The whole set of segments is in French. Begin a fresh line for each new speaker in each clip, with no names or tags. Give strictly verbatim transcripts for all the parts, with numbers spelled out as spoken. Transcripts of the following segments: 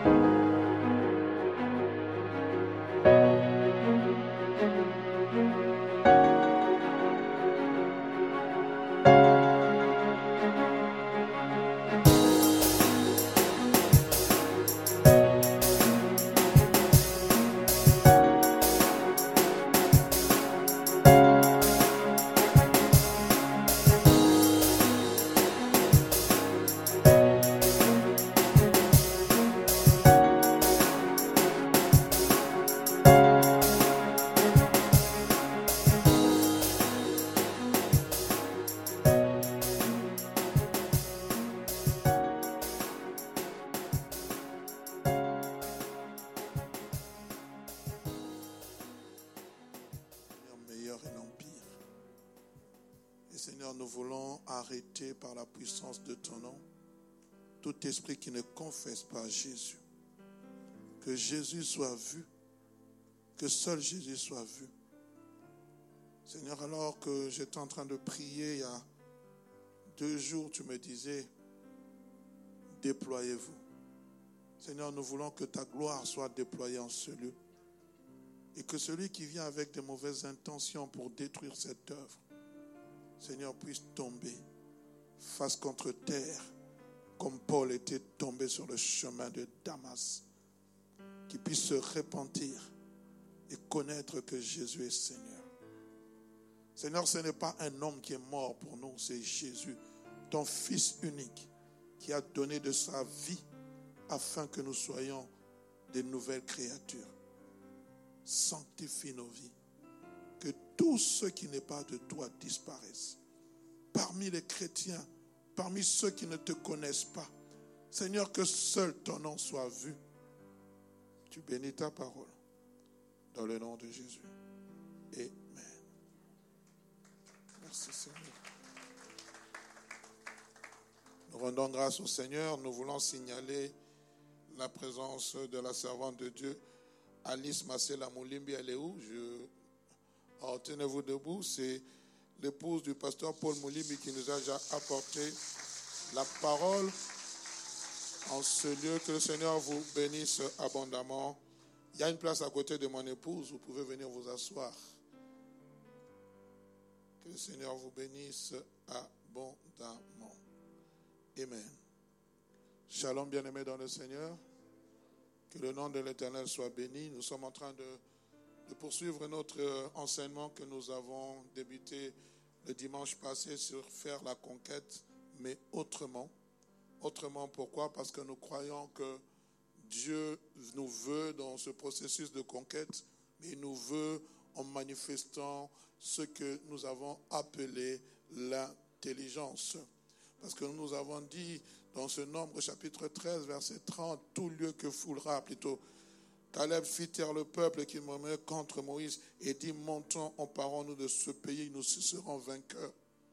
Nous voulons arrêter par la puissance de ton nom tout esprit qui ne confesse pas Jésus. Que Jésus soit vu, que seul Jésus soit vu. Seigneur, alors que j'étais en train de prier il y a deux jours, tu me disais, déployez-vous. Seigneur, nous voulons que ta gloire soit déployée en ce lieu et que celui qui vient avec de mauvaises intentions pour détruire cette œuvre, Seigneur, puisse tomber face contre terre, comme Paul était tombé sur le chemin de Damas, qu'il puisse se repentir et connaître que Jésus est Seigneur. Seigneur, ce n'est pas un homme qui est mort pour nous, c'est Jésus, ton Fils unique, qui a donné de sa vie afin que nous soyons des nouvelles créatures. Sanctifie nos vies. Que tout ce qui n'est pas de toi disparaisse. Parmi les chrétiens, parmi ceux qui ne te connaissent pas. Seigneur, que seul ton nom soit vu. Tu bénis ta parole. Dans le nom de Jésus. Amen. Merci Seigneur. Nous rendons grâce au Seigneur. Nous voulons signaler la présence de la servante de Dieu, Alice Masela Moulimbi. Elle est où? Je... Alors, tenez-vous debout, c'est l'épouse du pasteur Paul Moulimbi qui nous a déjà apporté la parole en ce lieu. Que le Seigneur vous bénisse abondamment. Il y a une place à côté de mon épouse, vous pouvez venir vous asseoir. Que le Seigneur vous bénisse abondamment. Amen. Shalom, bien-aimés dans le Seigneur. Que le nom de l'Éternel soit béni. Nous sommes en train de de poursuivre notre enseignement que nous avons débuté le dimanche passé sur faire la conquête, mais autrement. Autrement, pourquoi? Parce que nous croyons que Dieu nous veut dans ce processus de conquête, mais il nous veut en manifestant ce que nous avons appelé l'intelligence. Parce que nous avons dit dans ce Nombre chapitre treize, verset trente, tout lieu que foulera, plutôt, Caleb fit taire le peuple qui murmurait contre Moïse et dit, montons, emparons-nous de ce pays, nous serons vainqueurs.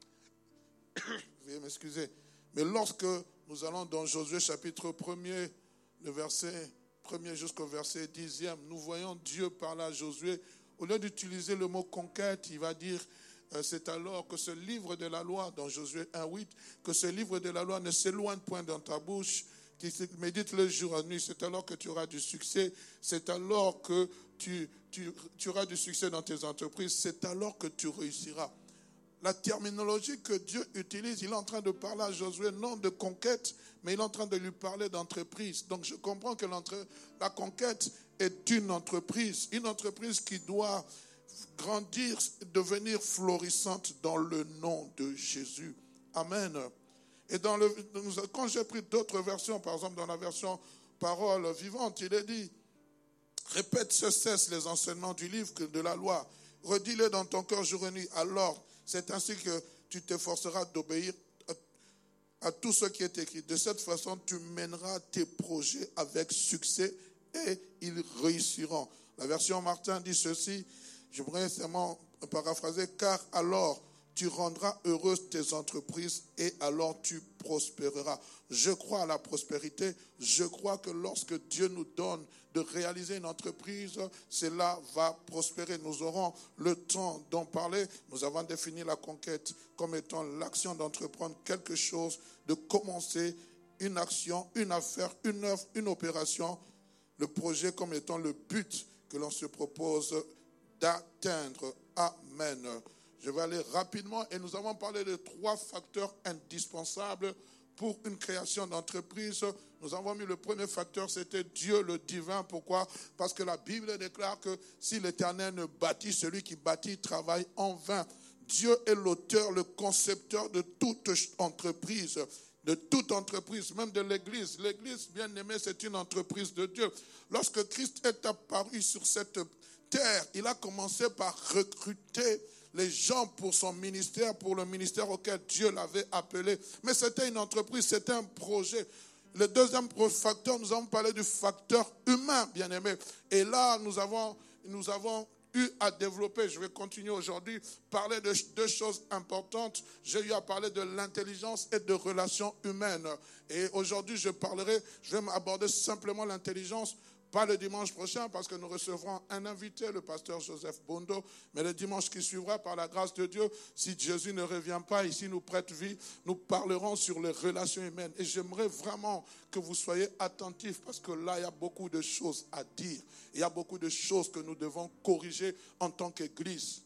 Veuillez m'excuser. Mais lorsque nous allons dans Josué chapitre premier, le verset premier jusqu'au verset dixième, nous voyons Dieu parler à Josué. Au lieu d'utiliser le mot conquête, il va dire, euh, c'est alors que ce livre de la loi, dans Josué un huit, que ce livre de la loi ne s'éloigne point dans ta bouche, qui médite le jour et la nuit, c'est alors que tu auras du succès, c'est alors que tu, tu, tu auras du succès dans tes entreprises, c'est alors que tu réussiras. La terminologie que Dieu utilise, il est en train de parler à Josué, non de conquête, mais il est en train de lui parler d'entreprise. Donc je comprends que la conquête est une entreprise, une entreprise qui doit grandir, devenir florissante dans le nom de Jésus. Amen. Et dans le, quand j'ai pris d'autres versions, par exemple dans la version parole vivante, il est dit, répète sans cesse les enseignements du livre de la loi, redis-les dans ton cœur jour et nuit, alors c'est ainsi que tu t'efforceras d'obéir à, à tout ce qui est écrit. De cette façon, tu mèneras tes projets avec succès et ils réussiront. La version Martin dit ceci, je voudrais seulement paraphraser, car alors tu rendras heureuses tes entreprises et alors tu prospéreras. Je crois à la prospérité. Je crois que lorsque Dieu nous donne de réaliser une entreprise, cela va prospérer. Nous aurons le temps d'en parler. Nous avons défini la conquête comme étant l'action d'entreprendre quelque chose, de commencer une action, une affaire, une œuvre, une opération, le projet comme étant le but que l'on se propose d'atteindre. Amen. Je vais aller rapidement et nous avons parlé de trois facteurs indispensables pour une création d'entreprise. Nous avons mis le premier facteur, c'était Dieu le divin. Pourquoi? Parce que la Bible déclare que si l'Éternel ne bâtit, celui qui bâtit travaille en vain. Dieu est l'auteur, le concepteur de toute entreprise, de toute entreprise, même de l'Église. L'Église, bien aimée, c'est une entreprise de Dieu. Lorsque Christ est apparu sur cette terre, il a commencé par recruter les gens pour son ministère, pour le ministère auquel Dieu l'avait appelé. Mais c'était une entreprise, c'était un projet. Le deuxième facteur, nous avons parlé du facteur humain, bien aimé. Et là, nous avons, nous avons eu à développer, je vais continuer aujourd'hui, parler de deux choses importantes. J'ai eu à parler de l'intelligence et de relations humaines. Et aujourd'hui, je parlerai, je vais aborder simplement l'intelligence. Pas le dimanche prochain parce que nous recevrons un invité, le pasteur Joseph Bondo, mais le dimanche qui suivra, par la grâce de Dieu, si Jésus ne revient pas ici, nous prête vie, nous parlerons sur les relations humaines. Et j'aimerais vraiment que vous soyez attentifs parce que là, il y a beaucoup de choses à dire. Il y a beaucoup de choses que nous devons corriger en tant qu'Église.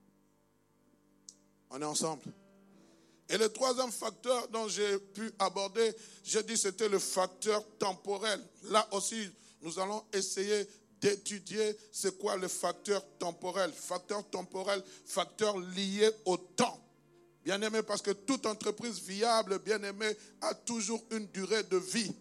On est ensemble. Et le troisième facteur dont j'ai pu aborder, j'ai dit c'était le facteur temporel. Là aussi, nous allons essayer d'étudier c'est quoi le facteur temporel. Facteur temporel, facteur lié au temps. Bien aimé, parce que toute entreprise viable, bien aimé, a toujours une durée de vie.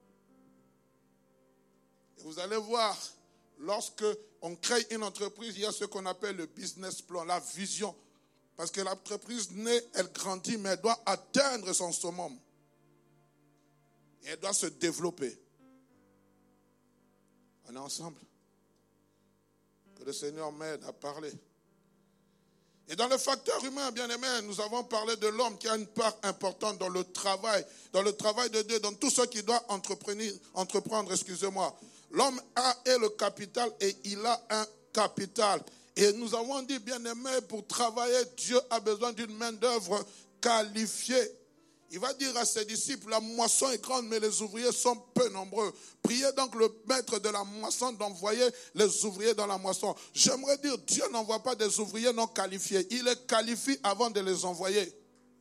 Et vous allez voir, lorsque on crée une entreprise, il y a ce qu'on appelle le business plan, la vision. Parce que l'entreprise naît, elle grandit, mais elle doit atteindre son summum. Et elle doit se développer. On est ensemble. Que le Seigneur m'aide à parler. Et dans le facteur humain, bien aimé, nous avons parlé de l'homme qui a une part importante dans le travail, dans le travail de Dieu, dans tout ce qu'il doit entreprendre, entreprendre, excusez-moi. L'homme a est le capital et il a un capital. Et nous avons dit, bien aimé, pour travailler, Dieu a besoin d'une main-d'œuvre qualifiée. Il va dire à ses disciples, la moisson est grande, mais les ouvriers sont peu nombreux. Priez donc le maître de la moisson d'envoyer les ouvriers dans la moisson. J'aimerais dire, Dieu n'envoie pas des ouvriers non qualifiés. Il les qualifie avant de les envoyer.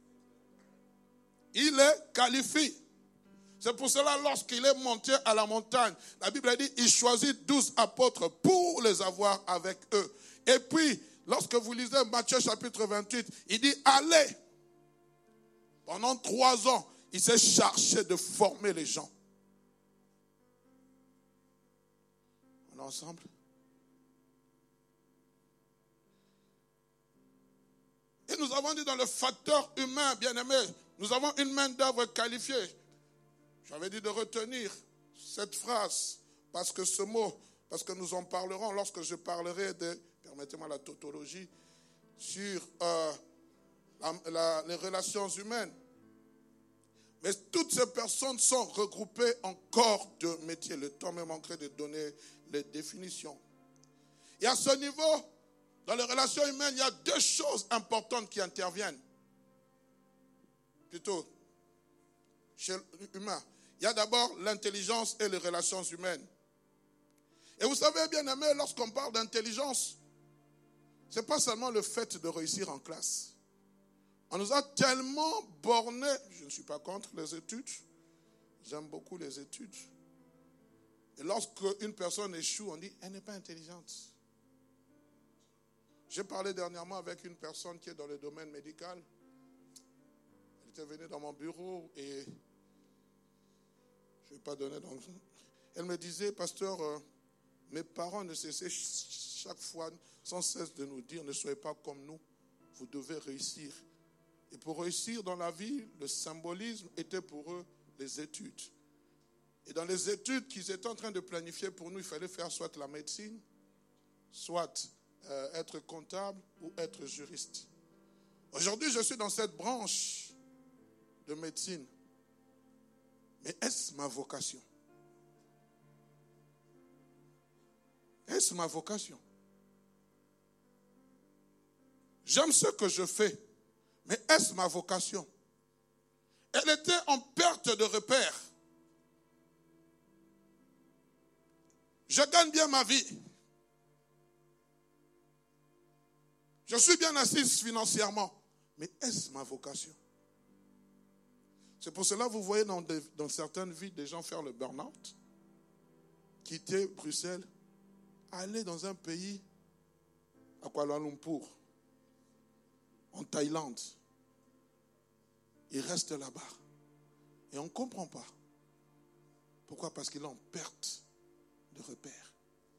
Il les qualifie. C'est pour cela, lorsqu'il est monté à la montagne, la Bible dit, il choisit douze apôtres pour les avoir avec eux. Et puis, lorsque vous lisez Matthieu chapitre vingt-huit, il dit, allez. Pendant trois ans, il s'est chargé de former les gens. On est ensemble? Et nous avons dit dans le facteur humain, bien aimé, nous avons une main d'œuvre qualifiée. J'avais dit de retenir cette phrase, parce que ce mot, parce que nous en parlerons lorsque je parlerai de, permettez-moi la tautologie, sur euh, la, la, les relations humaines. Mais toutes ces personnes sont regroupées en corps de métier. Le temps me manquerait de donner les définitions. Et à ce niveau, dans les relations humaines, il y a deux choses importantes qui interviennent. Plutôt, chez l'humain. Il y a d'abord l'intelligence et les relations humaines. Et vous savez, bien aimé, lorsqu'on parle d'intelligence, ce n'est pas seulement le fait de réussir en classe. On nous a tellement bornés, je ne suis pas contre les études, j'aime beaucoup les études. Et lorsque une personne échoue, on dit, elle n'est pas intelligente. J'ai parlé dernièrement avec une personne qui est dans le domaine médical. Elle était venue dans mon bureau et je ne vais pas donner donc. Elle me disait, pasteur, euh, mes parents ne cessaient chaque fois, sans cesse de nous dire, ne soyez pas comme nous, vous devez réussir. Et pour réussir dans la vie, le symbolisme était pour eux les études. Et dans les études qu'ils étaient en train de planifier pour nous, il fallait faire soit la médecine, soit euh, être comptable ou être juriste. Aujourd'hui, je suis dans cette branche de médecine. Mais est-ce ma vocation? Est-ce ma vocation? J'aime ce que je fais. Mais est-ce ma vocation? Elle était en perte de repère. Je gagne bien ma vie. Je suis bien assise financièrement. Mais est-ce ma vocation? C'est pour cela que vous voyez dans, des, dans certaines vies des gens faire le burn-out, quitter Bruxelles, aller dans un pays, à Kuala Lumpur, en Thaïlande. Ils restent là-bas. Et on ne comprend pas. Pourquoi? Parce qu'il est en perte de repère.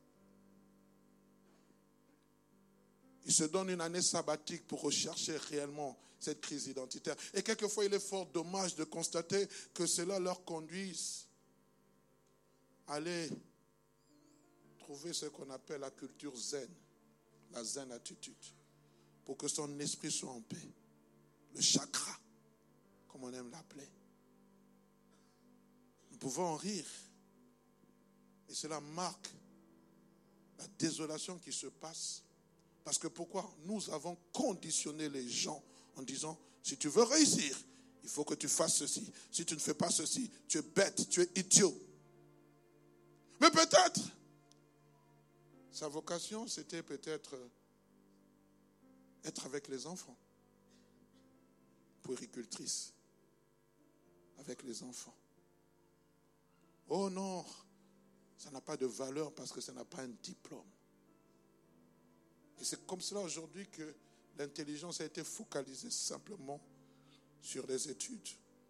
Il se donne une année sabbatique pour rechercher réellement cette crise identitaire. Et quelquefois, il est fort dommage de constater que cela leur conduise à aller trouver ce qu'on appelle la culture zen, la zen attitude, pour que son esprit soit en paix. Le chakra, comme on aime l'appeler. Nous pouvons en rire. Et cela marque la désolation qui se passe. Parce que pourquoi? Nous avons conditionné les gens en disant, si tu veux réussir, il faut que tu fasses ceci. Si tu ne fais pas ceci, tu es bête, tu es idiot. Mais peut-être, sa vocation, c'était peut-être être avec les enfants. Puéricultrice, avec les enfants. Oh non, ça n'a pas de valeur parce que ça n'a pas un diplôme. Et c'est comme cela aujourd'hui que l'intelligence a été focalisée simplement sur les études.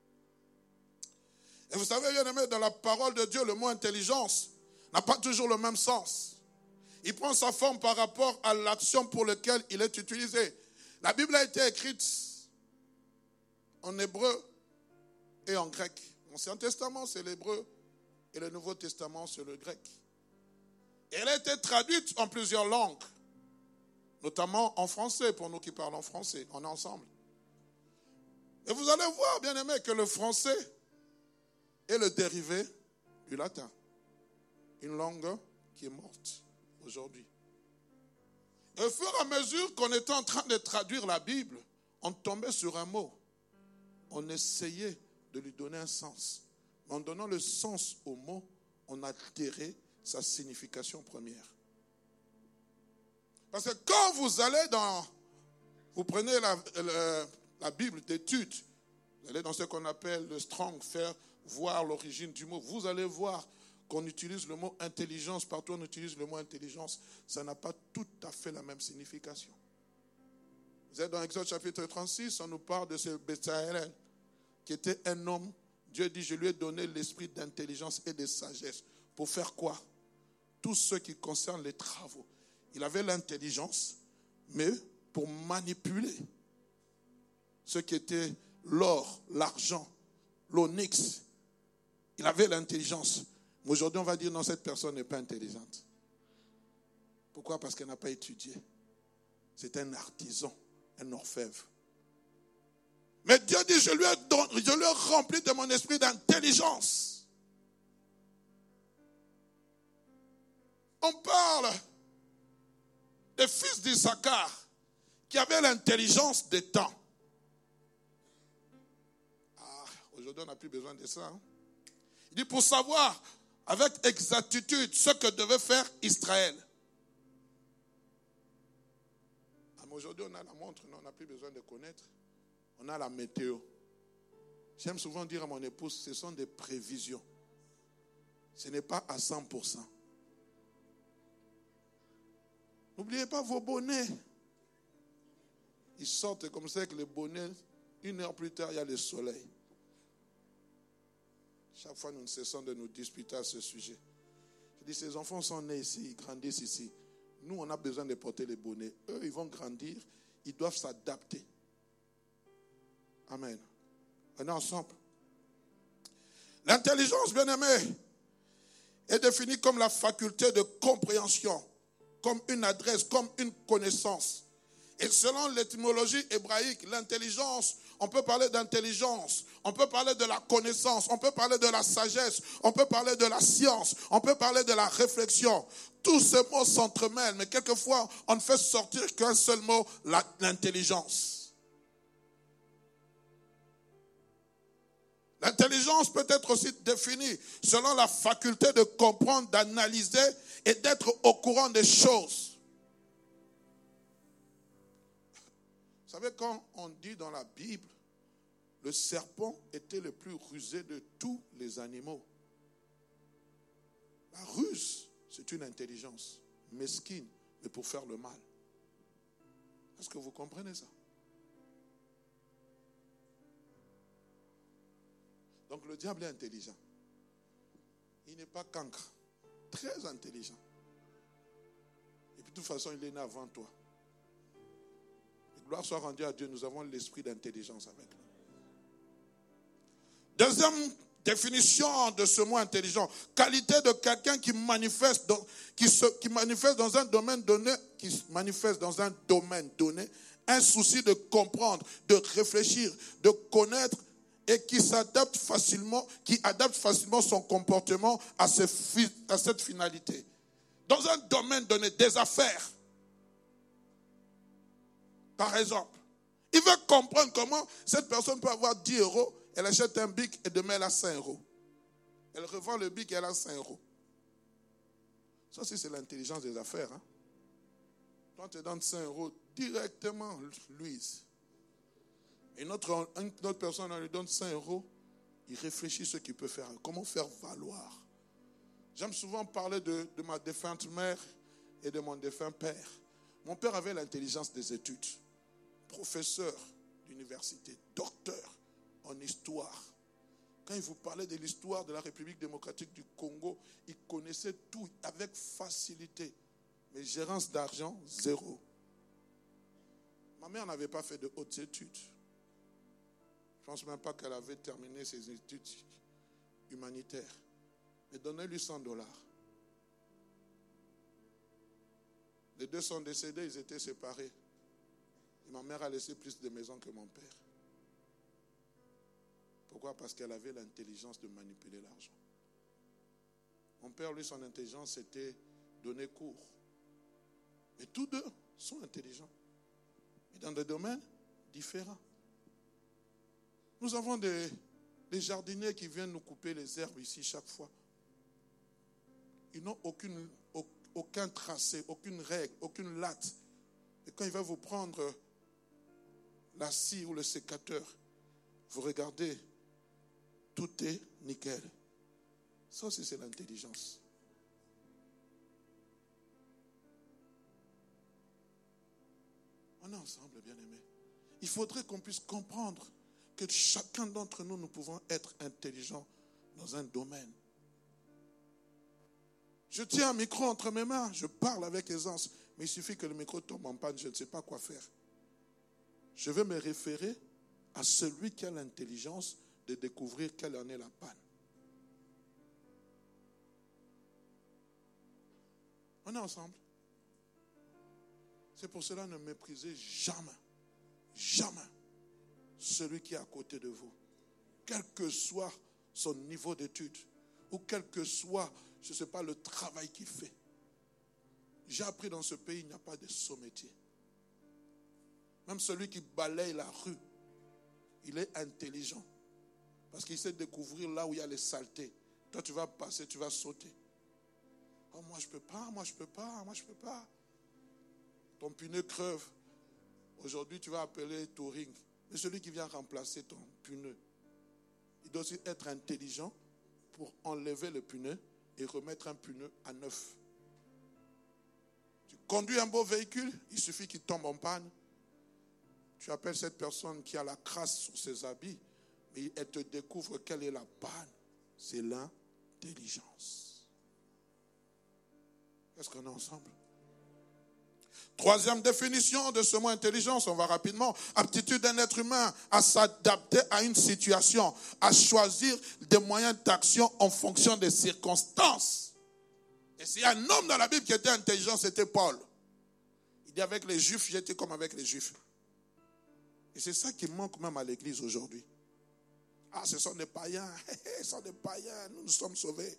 Et vous savez, bien aimé, dans la parole de Dieu, le mot intelligence n'a pas toujours le même sens. Il prend sa forme par rapport à l'action pour laquelle il est utilisé. La Bible a été écrite en hébreu et en grec. L'Ancien Testament, c'est l'hébreu, et le Nouveau Testament, c'est le grec. Et elle a été traduite en plusieurs langues, notamment en français, pour nous qui parlons français. On est ensemble. Et vous allez voir, bien aimé, que le français est le dérivé du latin. Une langue qui est morte aujourd'hui. Et au fur et à mesure qu'on était en train de traduire la Bible, on tombait sur un mot. On essayait de lui donner un sens. Mais en donnant le sens au mot, on altérait sa signification première. Parce que quand vous allez dans... Vous prenez la, la, la Bible d'études, vous allez dans ce qu'on appelle le Strong, faire voir l'origine du mot. Vous allez voir qu'on utilise le mot intelligence, partout on utilise le mot intelligence, ça n'a pas tout à fait la même signification. Vous êtes dans Exode chapitre trente-six, on nous parle de ce Bétsaël, qui était un homme. Dieu dit, je lui ai donné l'esprit d'intelligence et de sagesse. Pour faire quoi? Tout ce qui concerne les travaux. Il avait l'intelligence, mais pour manipuler ce qui était l'or, l'argent, l'onyx. Il avait l'intelligence. Mais aujourd'hui, on va dire, non, cette personne n'est pas intelligente. Pourquoi? Parce qu'elle n'a pas étudié. C'est un artisan, un orfèvre. Mais Dieu dit, je lui ai, don, je lui ai rempli de mon esprit d'intelligence. On parle des fils d'Issachar qui avaient l'intelligence des temps. Ah, aujourd'hui, on n'a plus besoin de ça. Hein? Il dit, pour savoir avec exactitude ce que devait faire Israël. Ah, mais aujourd'hui, on a la montre, non, on n'a plus besoin de connaître. On a la météo. J'aime souvent dire à mon épouse, ce sont des prévisions. Ce n'est pas à cent pour cent. N'oubliez pas vos bonnets. Ils sortent comme ça avec les bonnets. Une heure plus tard, il y a le soleil. Chaque fois, nous ne cessons de nous disputer à ce sujet. Je dis, ces enfants sont nés ici, ils grandissent ici. Nous, on a besoin de porter les bonnets. Eux, ils vont grandir, ils doivent s'adapter. Amen. On est ensemble. L'intelligence, bien aimé, est définie comme la faculté de compréhension, comme une adresse, comme une connaissance. Et selon l'étymologie hébraïque, l'intelligence, on peut parler d'intelligence, on peut parler de la connaissance, on peut parler de la sagesse, on peut parler de la science, on peut parler de la réflexion. Tous ces mots s'entremêlent, mais quelquefois, on ne fait sortir qu'un seul mot, la, l'intelligence. L'intelligence peut être aussi définie selon la faculté de comprendre, d'analyser et d'être au courant des choses. Vous savez, quand on dit dans la Bible, le serpent était le plus rusé de tous les animaux. La ruse, c'est une intelligence mesquine, mais pour faire le mal. Est-ce que vous comprenez ça? Donc le diable est intelligent. Il n'est pas cancre. Très intelligent. Et puis de toute façon, il est né avant toi. Et gloire soit rendue à Dieu, nous avons l'esprit d'intelligence avec nous. Deuxième définition de ce mot intelligent. Qualité de quelqu'un qui manifeste dans, qui se, qui manifeste dans un domaine donné, qui se manifeste dans un domaine donné, un souci de comprendre, de réfléchir, de connaître, et qui s'adapte facilement, qui adapte facilement son comportement à, ces, à cette finalité. Dans un domaine donné, des affaires, par exemple, il veut comprendre comment cette personne peut avoir dix euros, elle achète un bic et demain elle a cinq euros. Elle revend le bic et elle a cinq euros. Ça aussi c'est l'intelligence des affaires. Hein? Quand tu donnes cinq euros, directement, Louise. Une autre, une autre personne, on lui donne cinq euros, il réfléchit ce qu'il peut faire. Comment faire valoir. J'aime souvent parler de, de ma défunte mère et de mon défunt père. Mon père avait l'intelligence des études. Professeur d'université, docteur en histoire. Quand il vous parlait de l'histoire de la République démocratique du Congo, il connaissait tout avec facilité. Mais gérance d'argent, zéro. Ma mère n'avait pas fait de hautes études. Je ne pense même pas qu'elle avait terminé ses études humanitaires. Mais donnez-lui cent dollars. Les deux sont décédés, ils étaient séparés. Et ma mère a laissé plus de maisons que mon père. Pourquoi? Parce qu'elle avait l'intelligence de manipuler l'argent. Mon père, lui, son intelligence, c'était donner cours. Mais tous deux sont intelligents. Mais dans des domaines différents. Nous avons des, des jardiniers qui viennent nous couper les herbes ici chaque fois. Ils n'ont aucune, aucun tracé, aucune règle, aucune latte. Et quand il va vous prendre la scie ou le sécateur, vous regardez, tout est nickel. Ça aussi, c'est l'intelligence. On est ensemble, bien-aimés. Il faudrait qu'on puisse comprendre que chacun d'entre nous, nous pouvons être intelligents dans un domaine. Je tiens un micro entre mes mains, je parle avec aisance, mais il suffit que le micro tombe en panne, je ne sais pas quoi faire. Je vais me référer à celui qui a l'intelligence de découvrir quelle en est la panne. On est ensemble. C'est pour cela ne méprisez jamais, jamais celui qui est à côté de vous. Quel que soit son niveau d'études ou quel que soit, je ne sais pas, le travail qu'il fait. J'ai appris dans ce pays, il n'y a pas de sot-métier. Même celui qui balaye la rue, il est intelligent. Parce qu'il sait découvrir là où il y a les saletés. Toi, tu vas passer, tu vas sauter. Oh, moi, je ne peux pas, moi, je ne peux pas, moi, je ne peux pas. Ton pneu creve. Aujourd'hui, tu vas appeler Touring. Mais celui qui vient remplacer ton pneu, il doit aussi être intelligent pour enlever le pneu et remettre un pneu à neuf. Tu conduis un beau véhicule, il suffit qu'il tombe en panne. Tu appelles cette personne qui a la crasse sur ses habits, mais elle te découvre quelle est la panne. C'est l'intelligence. Est-ce qu'on est ensemble? Troisième définition de ce mot intelligence, on va rapidement. Aptitude d'un être humain à s'adapter à une situation, à choisir des moyens d'action en fonction des circonstances. Et s'il y a un homme dans la Bible qui était intelligent, c'était Paul. Il dit avec les Juifs, j'étais comme avec les Juifs. Et c'est ça qui manque même à l'église aujourd'hui. Ah, ce sont des païens, ce sont des païens, nous nous sommes sauvés.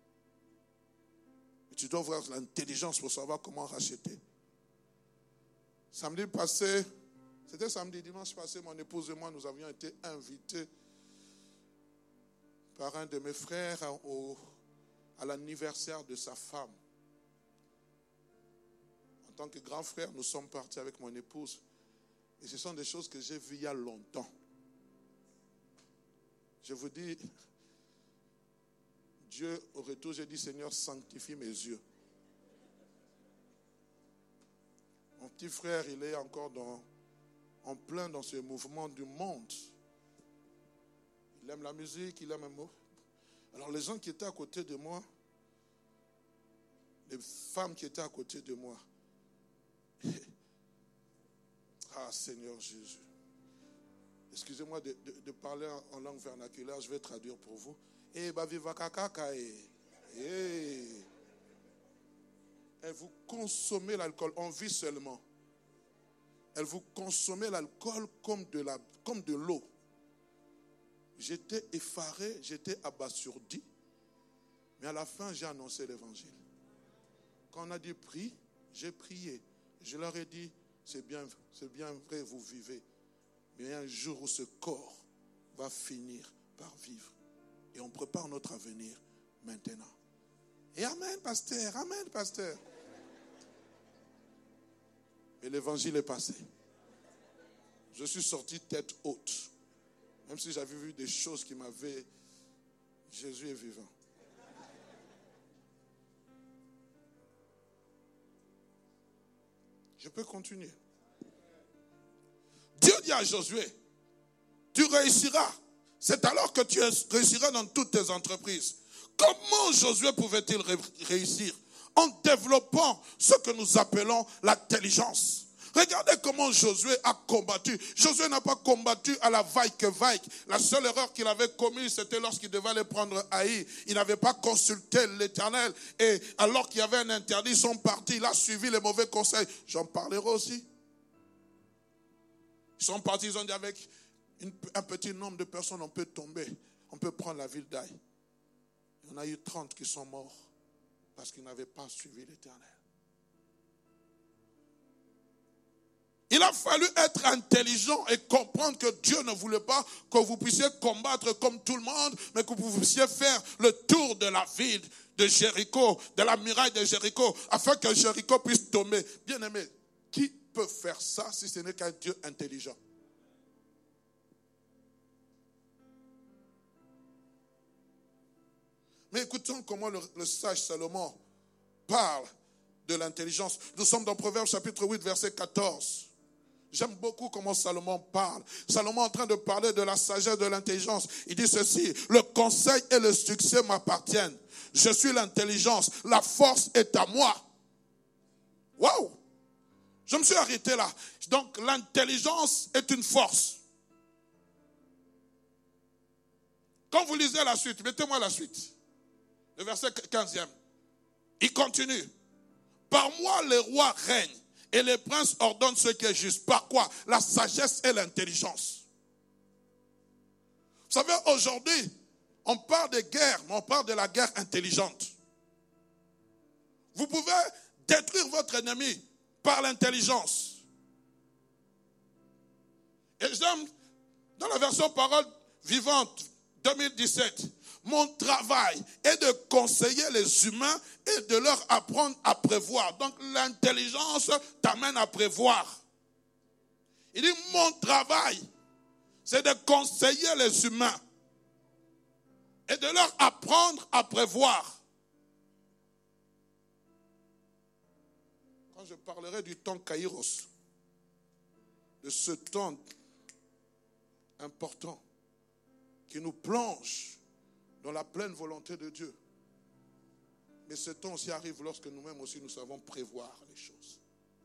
Mais tu dois avoir l'intelligence pour savoir comment racheter. Samedi passé, c'était samedi, dimanche passé, mon épouse et moi, nous avions été invités par un de mes frères au, à l'anniversaire de sa femme. En tant que grand frère, nous sommes partis avec mon épouse. Et ce sont des choses que j'ai vues il y a longtemps. Je vous dis, Dieu, au retour, j'ai dit, Seigneur, sanctifie mes yeux. Mon petit frère, il est encore dans, en plein dans ce mouvement du monde. Il aime la musique, il aime un mot. Alors les gens qui étaient à côté de moi, les femmes qui étaient à côté de moi, ah Seigneur Jésus, excusez-moi de, de, de parler en, en langue vernaculaire, je vais traduire pour vous. Eh, bah, viva kakaka, eh. Eh. Et vous consommez l'alcool, on vit seulement. Elle vous consommez l'alcool comme de la, comme de l'eau. J'étais effaré, j'étais abasourdi. Mais à la fin, j'ai annoncé l'évangile. Quand on a dit prie, j'ai prié. Je leur ai dit, c'est bien, c'est bien vrai, vous vivez. Mais il y a un jour où ce corps va finir par vivre. Et on prépare notre avenir maintenant. Et amen, pasteur, amen, pasteur. Et l'évangile est passé. Je suis sorti tête haute. Même si j'avais vu des choses qui m'avaient... Jésus est vivant. Je peux continuer. Dieu dit à Josué, tu réussiras. C'est alors que tu réussiras dans toutes tes entreprises. Comment Josué pouvait-il réussir? En développant ce que nous appelons l'intelligence. Regardez comment Josué a combattu. Josué n'a pas combattu à la vaille que vaille. La seule erreur qu'il avait commise, c'était lorsqu'il devait aller prendre Haï. Il n'avait pas consulté l'Éternel. Et alors qu'il y avait un interdit, ils sont partis. Il a suivi les mauvais conseils. J'en parlerai aussi. Ils sont partis, ils ont dit avec une, un petit nombre de personnes, on peut tomber. On peut prendre la ville d'Haï. Il y en a eu trente qui sont morts parce qu'ils n'avaient pas suivi l'Éternel. Il a fallu être intelligent et comprendre que Dieu ne voulait pas que vous puissiez combattre comme tout le monde, mais que vous puissiez faire le tour de la ville de Jéricho, de la muraille de Jéricho, afin que Jéricho puisse tomber. Bien aimé, qui peut faire ça si ce n'est qu'un Dieu intelligent? Mais écoutons comment le, le sage Salomon parle de l'intelligence. Nous sommes dans Proverbes chapitre huit, verset quatorze. J'aime beaucoup comment Salomon parle. Salomon est en train de parler de la sagesse, de l'intelligence. Il dit ceci, le conseil et le succès m'appartiennent. Je suis l'intelligence, la force est à moi. Waouh! Je me suis arrêté là. Donc l'intelligence est une force. Quand vous lisez la suite, mettez-moi la suite. Le verset quinzième. Il continue. Par moi les rois règnent. Et les princes ordonnent ce qui est juste. Par quoi? La sagesse et l'intelligence. Vous savez, aujourd'hui, on parle de guerre, mais on parle de la guerre intelligente. Vous pouvez détruire votre ennemi par l'intelligence. Et j'aime, dans la version parole vivante deux mille dix-sept, mon travail est de conseiller les humains et de leur apprendre à prévoir. Donc l'intelligence t'amène à prévoir. Il dit, mon travail, c'est de conseiller les humains et de leur apprendre à prévoir. Quand je parlerai du temps Kairos, de ce temps important qui nous plonge dans la pleine volonté de Dieu. Mais ce temps aussi arrive lorsque nous-mêmes aussi nous savons prévoir les choses.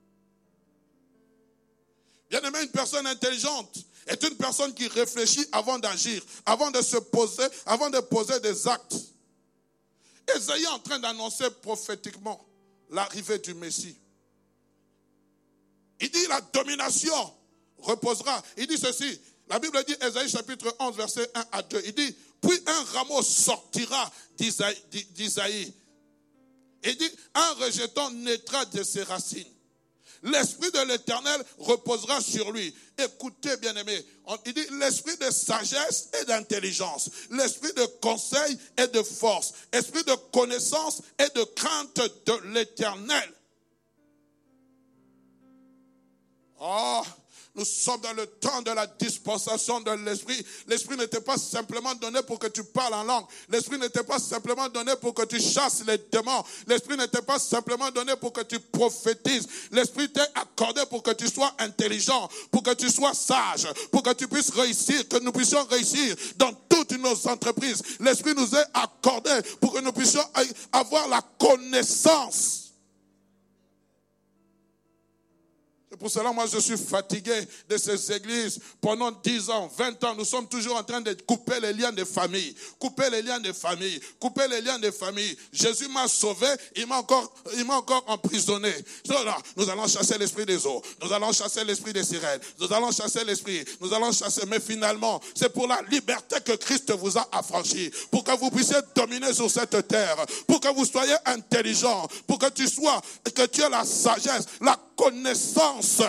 Bien aimé, une personne intelligente est une personne qui réfléchit avant d'agir, avant de se poser, avant de poser des actes. Ésaïe est en train d'annoncer prophétiquement l'arrivée du Messie. Il dit la domination reposera. Il dit ceci, la Bible dit, Ésaïe chapitre onze, verset un à deux, il dit, puis un rameau sortira d'Isaïe. Il dit, un rejeton naîtra de ses racines. L'Esprit de l'Éternel reposera sur lui. Écoutez, bien-aimés, il dit l'esprit de sagesse et d'intelligence, l'esprit de conseil et de force, esprit de connaissance et de crainte de l'Éternel. Oh, nous sommes dans le temps de la dispensation de l'esprit. L'esprit n'était pas simplement donné pour que tu parles en langue. L'esprit n'était pas simplement donné pour que tu chasses les démons. L'esprit n'était pas simplement donné pour que tu prophétises. L'esprit t'est accordé pour que tu sois intelligent, pour que tu sois sage, pour que tu puisses réussir, que nous puissions réussir dans toutes nos entreprises. L'esprit nous est accordé pour que nous puissions avoir la connaissance. C'est pour cela, moi, je suis fatigué de ces églises. Pendant dix ans, vingt ans, nous sommes toujours en train de couper les liens des familles. Couper les liens des familles. Couper les liens des familles. Jésus m'a sauvé, il m'a encore, il m'a encore emprisonné. Nous allons chasser l'esprit des eaux. Nous allons chasser l'esprit des sirènes. Nous allons chasser l'esprit. Nous allons chasser. Mais finalement, c'est pour la liberté que Christ vous a affranchi. Pour que vous puissiez dominer sur cette terre. Pour que vous soyez intelligent. Pour que tu sois, que tu aies la sagesse, la connaissance.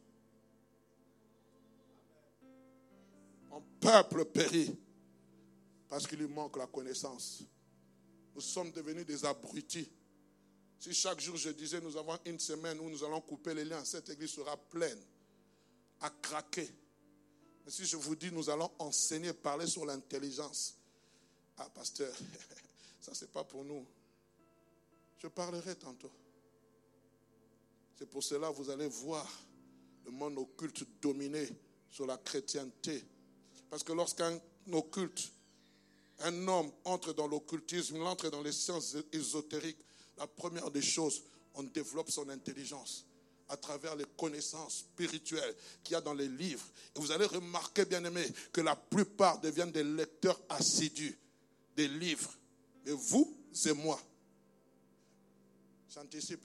Mon peuple périt parce qu'il lui manque la connaissance. Nous sommes devenus des abrutis. Si chaque jour je disais nous avons une semaine où nous allons couper les liens, cette église sera pleine à craquer. Mais si je vous dis nous allons enseigner, parler sur l'intelligence, ah pasteur, ça c'est pas pour nous. Je parlerai tantôt. C'est pour cela que vous allez voir le monde occulte dominer sur la chrétienté. Parce que lorsqu'un occulte, un homme entre dans l'occultisme, il entre dans les sciences ésotériques, la première des choses, on développe son intelligence à travers les connaissances spirituelles qu'il y a dans les livres. Et vous allez remarquer, bien aimés, que la plupart deviennent des lecteurs assidus des livres. Et vous et moi, j'anticipe.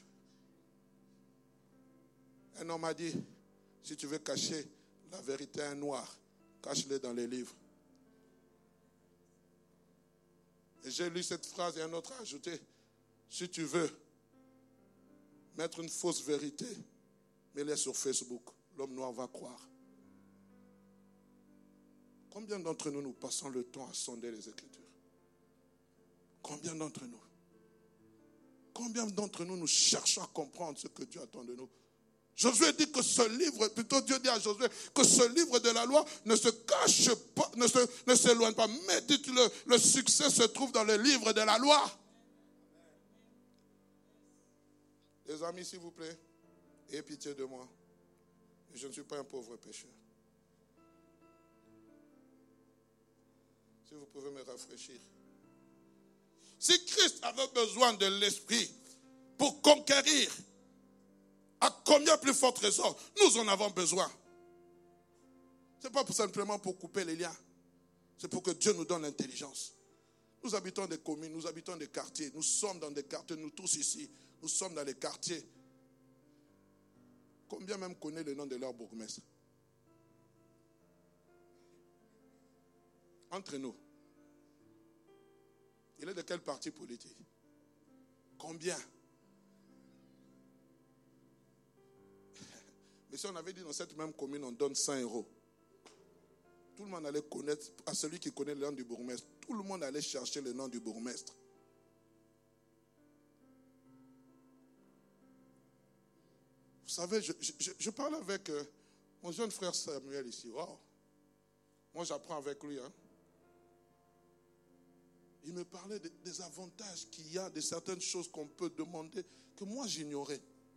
Un homme a dit, si tu veux cacher la vérité à un noir, cache-le dans les livres. Et j'ai lu cette phrase et un autre a ajouté, si tu veux mettre une fausse vérité, mets-la sur Facebook. L'homme noir va croire. Combien d'entre nous nous passons le temps à sonder les Écritures? Combien d'entre nous? Combien d'entre nous nous cherchons à comprendre ce que Dieu attend de nous? Josué dit que ce livre, plutôt Dieu dit à Josué, que ce livre de la loi ne se cache pas, ne, se, ne s'éloigne pas. Mais dites-le, le succès se trouve dans le livre de la loi. Les amis, s'il vous plaît, ayez pitié de moi. Je ne suis pas un pauvre pécheur. Si vous pouvez me rafraîchir. Si Christ avait besoin de l'esprit pour conquérir, à combien plus forte raison nous en avons besoin? Ce n'est pas pour simplement pour couper les liens. C'est pour que Dieu nous donne l'intelligence. Nous habitons des communes, nous habitons des quartiers. Nous sommes dans des quartiers, nous tous ici. Nous sommes dans les quartiers. Combien même connaissent le nom de leur bourgmestre? Entre nous. Il est de quel parti politique? Combien? Mais si on avait dit dans cette même commune, on donne cent euros, tout le monde allait connaître, à celui qui connaît le nom du bourgmestre, tout le monde allait chercher le nom du bourgmestre. Vous savez, je, je, je parle avec euh, mon jeune frère Samuel ici. Wow. Moi, j'apprends avec lui. Hein. Il me parlait de, des avantages qu'il y a, de certaines choses qu'on peut demander, que moi, j'ignorais.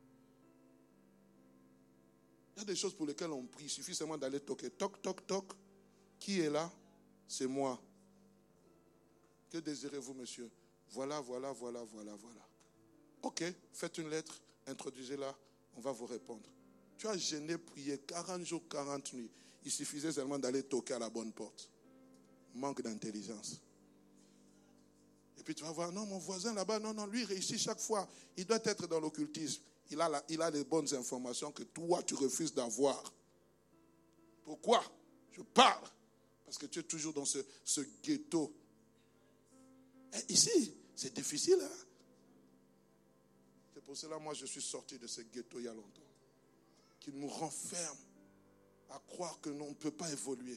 Il y a des choses pour lesquelles on prie. Il suffit seulement d'aller toquer. Toc, toc, toc. Qui est là? C'est moi. Que désirez-vous, monsieur? Voilà, voilà, voilà, voilà, voilà. Ok, faites une lettre, introduisez-la, on va vous répondre. Tu as gêné, prié quarante jours, quarante nuits. Il suffisait seulement d'aller toquer à la bonne porte. Manque d'intelligence. Et puis tu vas voir, non, mon voisin là-bas, non, non, lui il réussit chaque fois. Il doit être dans l'occultisme. Il a, la, il a les bonnes informations que toi, tu refuses d'avoir. Pourquoi? Je parle. Parce que tu es toujours dans ce, ce ghetto. Et ici, c'est difficile. Hein? C'est pour cela, moi, je suis sorti de ce ghetto il y a longtemps. qui nous renferme à croire que l'on ne peut pas évoluer.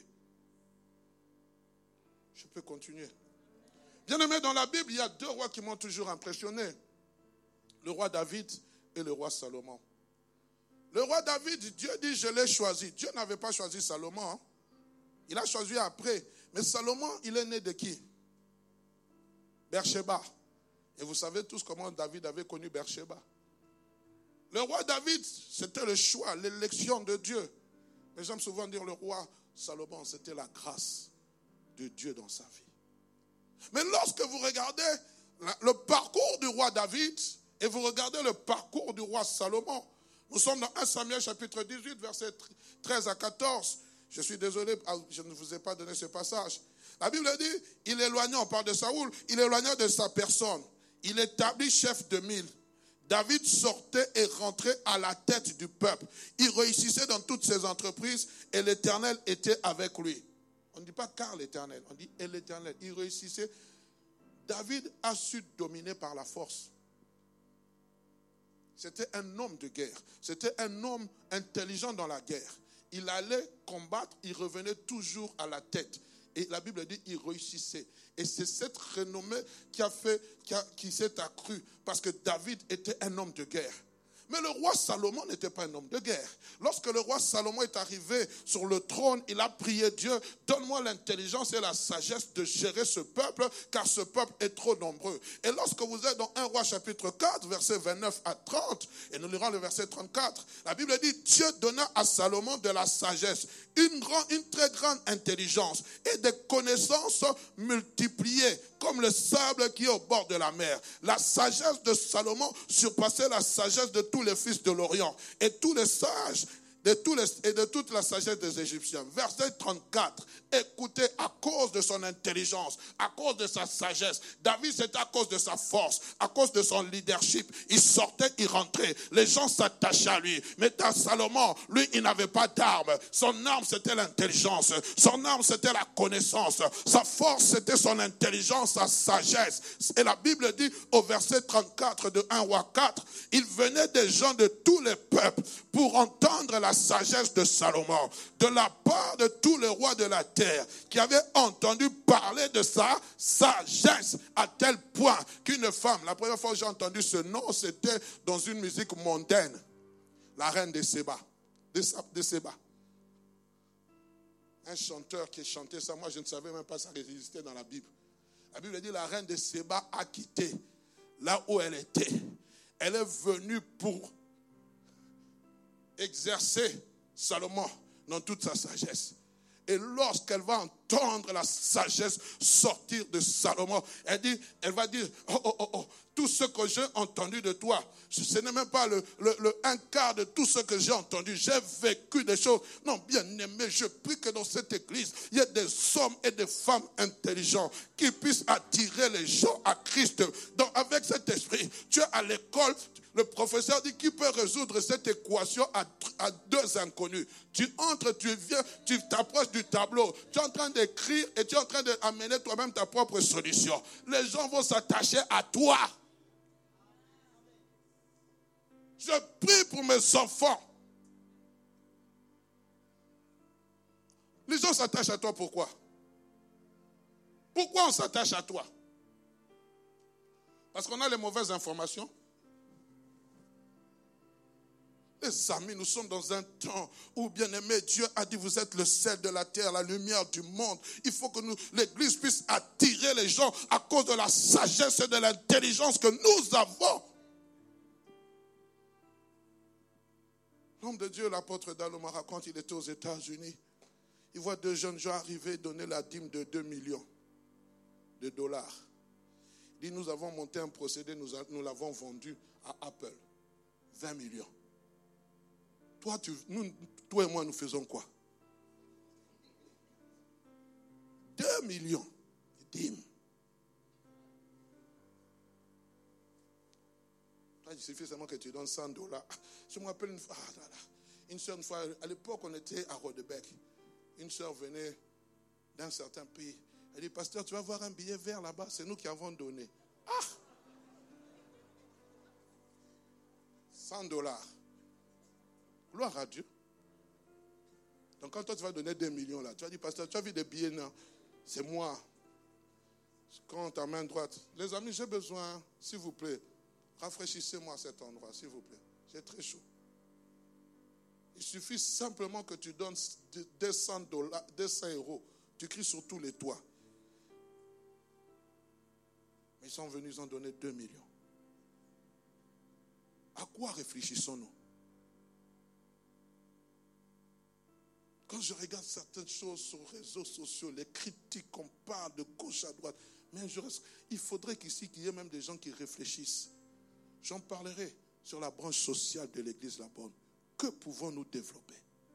Je peux continuer. Bien aimé, dans la Bible, il y a deux rois qui m'ont toujours impressionné. Le roi David et le roi Salomon. Le roi David, Dieu dit, je l'ai choisi. Dieu n'avait pas choisi Salomon. Hein. Il a choisi après. Mais Salomon, il est né de qui? Beersheba. Et vous savez tous comment David avait connu Beersheba. Le roi David, c'était le choix, l'élection de Dieu. Mais j'aime souvent dire le roi Salomon, c'était la grâce de Dieu dans sa vie. Mais lorsque vous regardez le parcours du roi David et vous regardez le parcours du roi Salomon, nous sommes dans un Samuel chapitre dix-huit, versets treize à quatorze. Je suis désolé, je ne vous ai pas donné ce passage. La Bible dit, il éloigna, on parle de Saoul, il éloigna de sa personne. Il établit chef de mille. David sortait et rentrait à la tête du peuple. Il réussissait dans toutes ses entreprises et l'Éternel était avec lui. On ne dit pas car l'Éternel, on dit et l'Éternel. Il réussissait. David a su dominer par la force. C'était un homme de guerre. C'était un homme intelligent dans la guerre. Il allait combattre, il revenait toujours à la tête. Et la Bible dit il réussissait. Et c'est cette renommée qui a fait, qui, a, qui s'est accrue. Parce que David était un homme de guerre. Mais le roi Salomon n'était pas un homme de guerre. Lorsque le roi Salomon est arrivé sur le trône, il a prié Dieu, donne-moi l'intelligence et la sagesse de gérer ce peuple, car ce peuple est trop nombreux. Et lorsque vous êtes dans un roi chapitre quatre, versets vingt-neuf à trente, et nous lirons le verset trente-quatre, la Bible dit, Dieu donna à Salomon de la sagesse, une, grand, une très grande intelligence et des connaissances multipliées, comme le sable qui est au bord de la mer. La sagesse de Salomon surpassait la sagesse de tous les fils de l'Orient et tous les sages de tous les, et de toute la sagesse des Égyptiens. Verset trente-quatre. Écoutez, à cause de son intelligence, à cause de sa sagesse, David, c'était à cause de sa force, à cause de son leadership. Il sortait, il rentrait. Les gens s'attachaient à lui. Mais dans Salomon, lui, il n'avait pas d'arme. Son arme, c'était l'intelligence. Son arme, c'était la connaissance. Sa force, c'était son intelligence, sa sagesse. Et la Bible dit au verset trente-quatre de un roi quatre, il venait des gens de tous les peuples pour entendre la sagesse de Salomon, de la part de tous les rois de la terre qui avaient entendu parler de sa sagesse à tel point qu'une femme, la première fois que j'ai entendu ce nom, c'était dans une musique mondaine, la reine de Séba, de, de Séba. Un chanteur qui chantait ça, moi je ne savais même pas ça existait dans la Bible. La Bible dit la reine de Séba a quitté là où elle était. Elle est venue pour exercer Salomon dans toute sa sagesse. Et lorsqu'elle va entendre la sagesse sortir de Salomon, elle dit, elle va dire, oh, oh, oh, oh, tout ce que j'ai entendu de toi, ce n'est même pas le, le, le un quart de tout ce que j'ai entendu. J'ai vécu des choses. Non, bien aimé, je prie que dans cette église, il y ait des hommes et des femmes intelligents qui puissent attirer les gens à Christ. Donc, avec cet esprit, tu es à l'école, le professeur dit qui peut résoudre cette équation à, à deux inconnus. Tu entres, tu viens, tu t'approches du tableau. Tu es en train d'écrire et tu es en train d'amener toi-même ta propre solution. Les gens vont s'attacher à toi. Je prie pour mes enfants. Les gens s'attachent à toi pourquoi? Pourquoi on s'attache à toi? Parce qu'on a les mauvaises informations. Les amis, nous sommes dans un temps où, bien aimé, Dieu a dit, vous êtes le sel de la terre, la lumière du monde. Il faut que nous, l'Église puisse attirer les gens à cause de la sagesse et de l'intelligence que nous avons. L'homme de Dieu, l'apôtre Dallo, me raconte, il était aux États-Unis. Il voit deux jeunes gens arriver et donner la dîme de deux millions de dollars. Il dit, nous avons monté un procédé, nous, a, nous l'avons vendu à Apple. vingt millions. Toi, tu, nous, toi et moi, nous faisons quoi? deux millions de dîmes. Toi, il suffit seulement que tu donnes cent dollars. Je me rappelle une fois, ah, là, là, une soeur, une fois, à l'époque, on était à Rodebeck. Une soeur venait d'un certain pays. Elle dit, pasteur, tu vas voir un billet vert là-bas, c'est nous qui avons donné. Ah! cent dollars. Gloire à Dieu. Donc quand toi tu vas donner deux millions là, tu vas dire, pasteur, tu as vu des billets, non? C'est moi. Quand ta main droite. Les amis, j'ai besoin, s'il vous plaît, rafraîchissez-moi à cet endroit, s'il vous plaît. J'ai très chaud. Il suffit simplement que tu donnes deux cents dollars, deux cents euros. Tu cries sur tous les toits. Mais ils sont venus, ils ont donné deux millions. À quoi réfléchissons-nous? Quand je regarde certaines choses sur les réseaux sociaux, les critiques qu'on parle de gauche à droite, mais je reste, il faudrait qu'ici, qu'il y ait même des gens qui réfléchissent. J'en parlerai sur la branche sociale de l'Église La Bonne. Que pouvons-nous développer?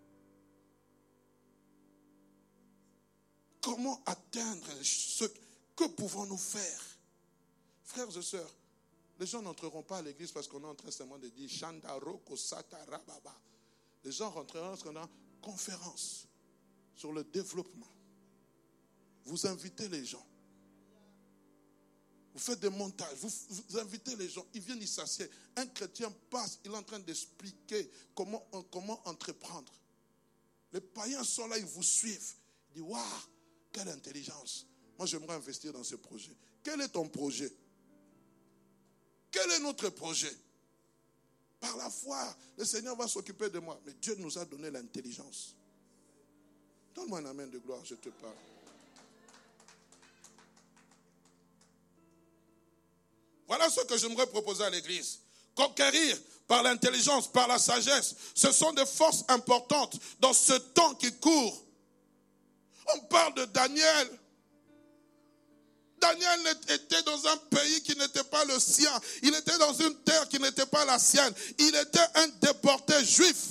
Comment atteindre ce que pouvons-nous faire? Frères et sœurs, les gens n'entreront pas à l'église parce qu'on est en train seulement de dire Shandaro Kosata Rababa. Les gens rentreront parce qu'on a une conférence sur le développement. Vous invitez les gens. Vous faites des montages, vous, vous invitez les gens, ils viennent, ils s'assiedent. Un chrétien passe, il est en train d'expliquer comment, comment entreprendre. Les païens sont là, ils vous suivent. Ils disent, waouh, quelle intelligence. Moi, j'aimerais investir dans ce projet. Quel est ton projet? Quel est notre projet? Par la foi, le Seigneur va s'occuper de moi. Mais Dieu nous a donné l'intelligence. Donne-moi un amen de gloire, je te parle. Voilà ce que j'aimerais proposer à l'église. Conquérir par l'intelligence, par la sagesse. Ce sont des forces importantes dans ce temps qui court. On parle de Daniel. Daniel était dans un pays qui n'était pas le sien. Il était dans une terre qui n'était pas la sienne. Il était un déporté juif.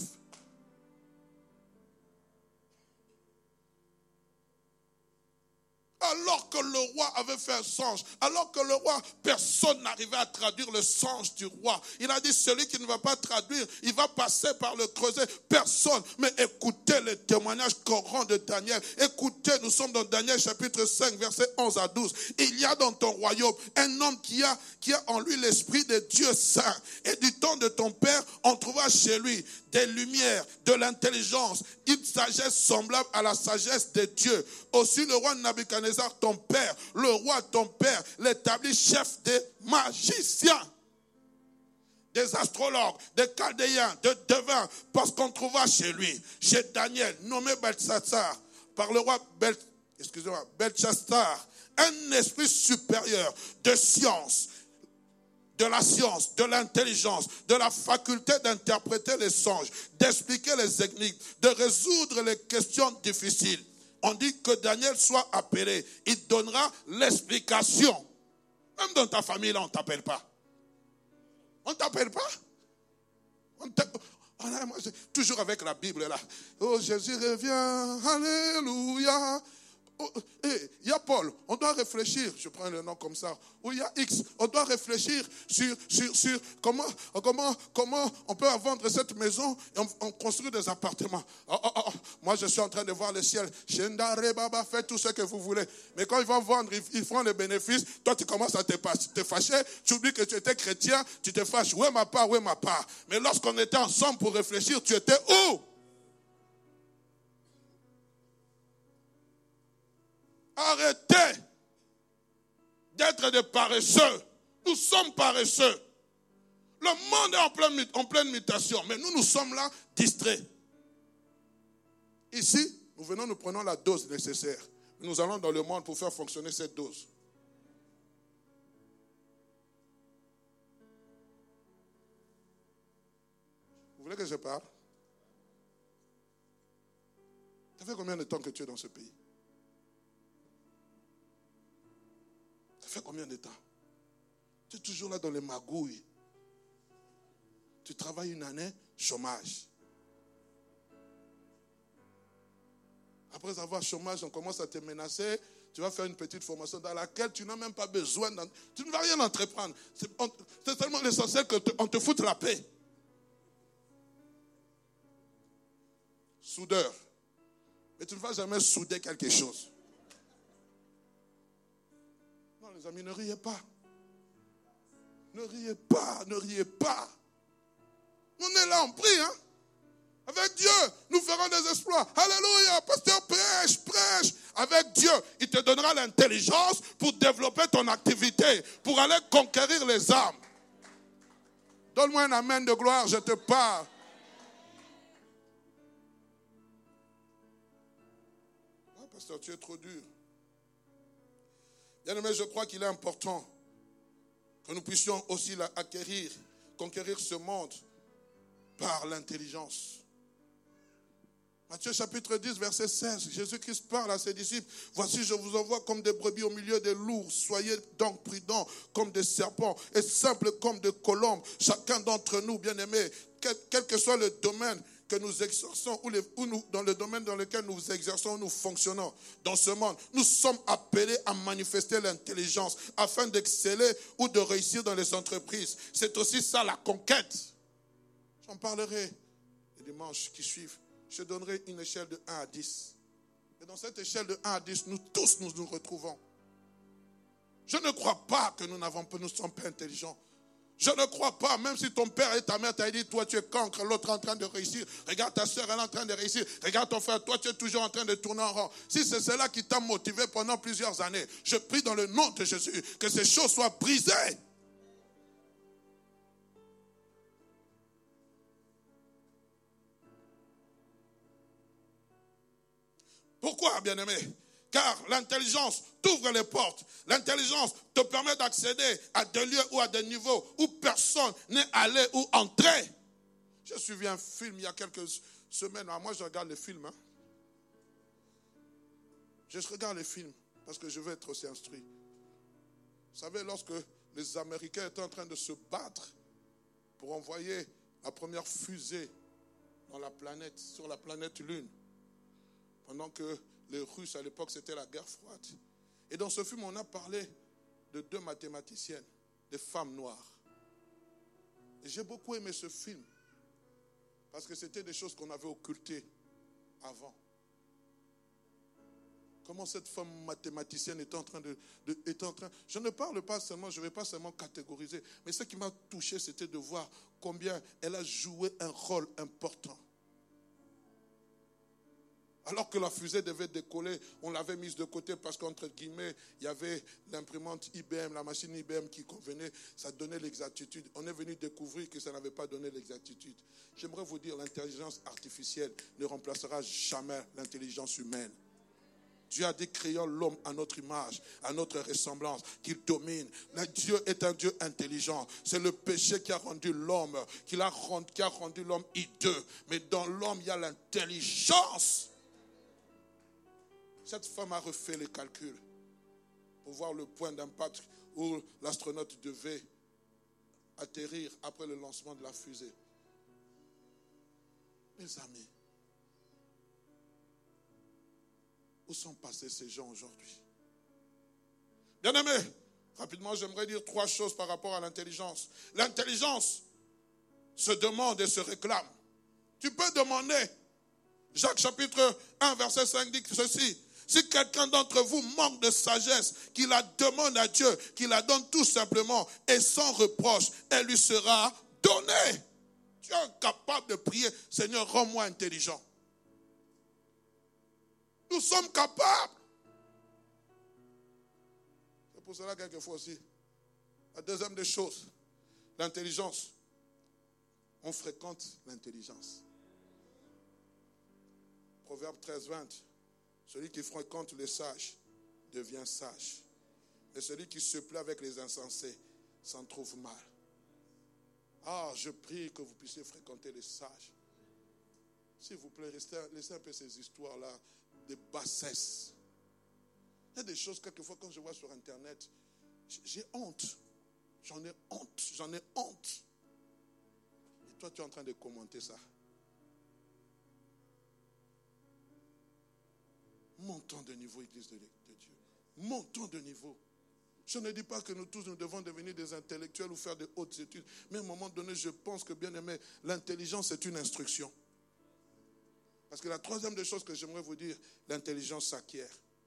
Alors que le roi avait fait un songe, alors que le roi, personne n'arrivait à traduire le songe du roi. Il a dit, celui qui ne va pas traduire, il va passer par le creuset. Personne. Mais écoutez les témoignages courants de Daniel. Écoutez, nous sommes dans Daniel chapitre cinq, versets onze à douze. Il y a dans ton royaume un homme qui a, qui a en lui l'esprit de Dieu saint. Et du temps de ton père, on trouva chez lui des lumières, de l'intelligence, une sagesse semblable à la sagesse de Dieu. Aussi le roi Nabuchodonosor, ton père, le roi ton père, l'établit chef des magiciens, des astrologues, des chaldéens, des devins, parce qu'on trouva chez lui, chez Daniel, nommé Beltsatsar, par le roi Bel, excusez-moi, Belteshazzar, un esprit supérieur de science, de la science, de l'intelligence, de la faculté d'interpréter les songes, d'expliquer les énigmes, de résoudre les questions difficiles. On dit que Daniel soit appelé. Il donnera l'explication. Même dans ta famille, là, on ne t'appelle pas. On ne t'appelle pas. On oh, moi, toujours avec la Bible, là. Oh, Jésus revient. Alléluia. Il oh, hey, y a Paul, on doit réfléchir, je prends le nom comme ça, ou il y a X, on doit réfléchir sur, sur, sur comment, comment, comment on peut vendre cette maison et on, on construit des appartements. Oh, oh, oh, moi je suis en train de voir le ciel, Shendare Baba, faites tout ce que vous voulez. Mais quand ils vont vendre, ils, ils font les bénéfices, toi tu commences à te, te fâcher, tu oublies que tu étais chrétien, tu te fâches, où est ma part, où est ma part. Mais lorsqu'on était ensemble pour réfléchir, tu étais où? Arrêtez d'être des paresseux. Nous sommes paresseux. Le monde est en pleine, en pleine mutation, mais nous, nous sommes là distraits. Ici, nous venons, nous prenons la dose nécessaire. Nous allons dans le monde pour faire fonctionner cette dose. Vous voulez que je parle? Ça fait combien de temps que tu es dans ce pays? Ça fait combien de temps? Tu es toujours là dans les magouilles. Tu travailles une année, chômage. Après avoir chômage, on commence à te menacer. Tu vas faire une petite formation dans laquelle tu n'as même pas besoin. Tu ne vas rien entreprendre. C'est, on, c'est tellement l'essentiel qu'on te foute la paix. Soudeur. Mais tu ne vas jamais souder quelque chose. Non, les amis, ne riez pas. Ne riez pas, ne riez pas. On est là, on prie, hein. Avec Dieu, nous ferons des exploits. Alléluia. Pasteur, prêche, prêche. Avec Dieu, il te donnera l'intelligence pour développer ton activité, pour aller conquérir les âmes. Donne-moi un amen de gloire, je te parle. Ah, pasteur, tu es trop dur. Bien aimé, je crois qu'il est important que nous puissions aussi acquérir, conquérir ce monde par l'intelligence. Matthieu chapitre dix, verset seize, Jésus-Christ parle à ses disciples. Voici, je vous envoie comme des brebis au milieu des loups. Soyez donc prudents comme des serpents et simples comme des colombes. Chacun d'entre nous, bien-aimés, quel, quel que soit le domaine que nous exerçons, ou, les, ou nous, dans le domaine dans lequel nous exerçons, nous fonctionnons dans ce monde, nous sommes appelés à manifester l'intelligence afin d'exceller ou de réussir dans les entreprises. C'est aussi ça la conquête. J'en parlerai les dimanches qui suivent. Je donnerai une échelle de un à dix. Et dans cette échelle de un à dix, nous tous nous nous retrouvons. Je ne crois pas que nous n'avons pas, nous ne sommes pas intelligents. Je ne crois pas, même si ton père et ta mère t'ont dit, toi tu es cancre, l'autre est en train de réussir. Regarde ta soeur, elle est en train de réussir. Regarde ton frère, toi tu es toujours en train de tourner en rond. Si c'est cela qui t'a motivé pendant plusieurs années, je prie dans le nom de Jésus que ces choses soient brisées. Pourquoi, bien-aimé? Car l'intelligence t'ouvre les portes. L'intelligence te permet d'accéder à des lieux ou à des niveaux où personne n'est allé ou entré. J'ai suivi un film il y a quelques semaines. Alors moi, je regarde les films. Hein. Je regarde les films parce que je veux être aussi instruit. Vous savez, lorsque les Américains étaient en train de se battre pour envoyer la première fusée dans la planète, sur la planète Lune, pendant que les Russes, à l'époque, c'était la guerre froide. Et dans ce film, on a parlé de deux mathématiciennes, des femmes noires. Et j'ai beaucoup aimé ce film, parce que c'était des choses qu'on avait occultées avant. Comment cette femme mathématicienne est en train de, de est en train. Je ne parle pas seulement, je ne vais pas seulement catégoriser, mais ce qui m'a touché, c'était de voir combien elle a joué un rôle important. Alors que la fusée devait décoller, on l'avait mise de côté parce qu'entre guillemets, il y avait l'imprimante I B M, la machine I B M qui convenait, ça donnait l'exactitude. On est venu découvrir que ça n'avait pas donné l'exactitude. J'aimerais vous dire, l'intelligence artificielle ne remplacera jamais l'intelligence humaine. Dieu a dit, créons l'homme à notre image, à notre ressemblance, qu'il domine. Le Dieu est un Dieu intelligent. C'est le péché qui a rendu l'homme, qui a rendu, qui a rendu l'homme hideux. Mais dans l'homme, il y a l'intelligence. Cette femme a refait les calculs pour voir le point d'impact où l'astronaute devait atterrir après le lancement de la fusée. Mes amis, où sont passés ces gens aujourd'hui? Bien-aimés, rapidement, j'aimerais dire trois choses par rapport à l'intelligence. L'intelligence se demande et se réclame. Tu peux demander. Jacques chapitre un, verset cinq dit ceci. Si quelqu'un d'entre vous manque de sagesse, qu'il la demande à Dieu, qu'il la donne tout simplement et sans reproche, elle lui sera donnée. Tu es incapable de prier, Seigneur, rends-moi intelligent. Nous sommes capables. C'est pour cela quelquefois aussi. La deuxième des choses, l'intelligence. On fréquente l'intelligence. Proverbe treize, vingt. Celui qui fréquente les sages devient sage. Et celui qui se plaît avec les insensés s'en trouve mal. Ah, je prie que vous puissiez fréquenter les sages. S'il vous plaît, restez, laissez un peu ces histoires-là de bassesse. Il y a des choses, quelquefois, quand je vois sur Internet, j'ai honte. J'en ai honte. J'en ai honte. Et toi, tu es en train de commenter ça. Montons de niveau, Église de, de Dieu. Montons de niveau. Je ne dis pas que nous tous, nous devons devenir des intellectuels ou faire de hautes études. Mais à un moment donné, je pense que, bien aimé, l'intelligence est une instruction. Parce que la troisième des choses que j'aimerais vous dire, l'intelligence s'acquiert.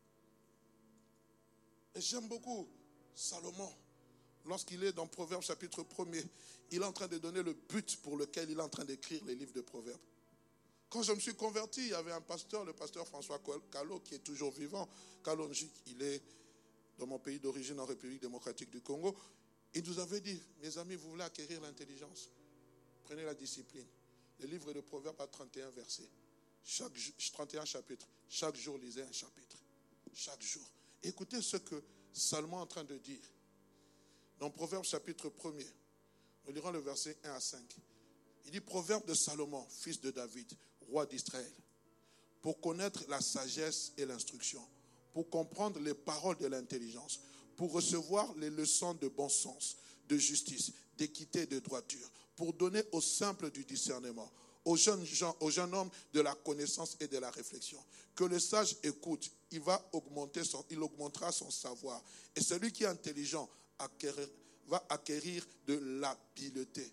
Et j'aime beaucoup Salomon. Lorsqu'il est dans Proverbes chapitre premier, il est en train de donner le but pour lequel il est en train d'écrire les livres de Proverbes. Quand je me suis converti, il y avait un pasteur, le pasteur François Callot, qui est toujours vivant. Callot, il est dans mon pays d'origine, en République démocratique du Congo. Il nous avait dit, mes amis, vous voulez acquérir l'intelligence, prenez la discipline. Le livre de Proverbes a trente et un versets. Chaque, trente et un chapitres. Chaque jour, lisez un chapitre. Chaque jour. Écoutez ce que Salomon est en train de dire. Dans Proverbes chapitre premier, nous lirons le verset un à cinq. Il dit, Proverbe de Salomon, fils de David, roi d'Israël, pour connaître la sagesse et l'instruction, pour comprendre les paroles de l'intelligence, pour recevoir les leçons de bon sens, de justice, d'équité et de droiture, pour donner aux simples du discernement, aux jeunes gens, aux jeunes hommes de la connaissance et de la réflexion. Que le sage écoute, il va augmenter son, il augmentera son savoir. Et celui qui est intelligent acquérir, va acquérir de l'habileté.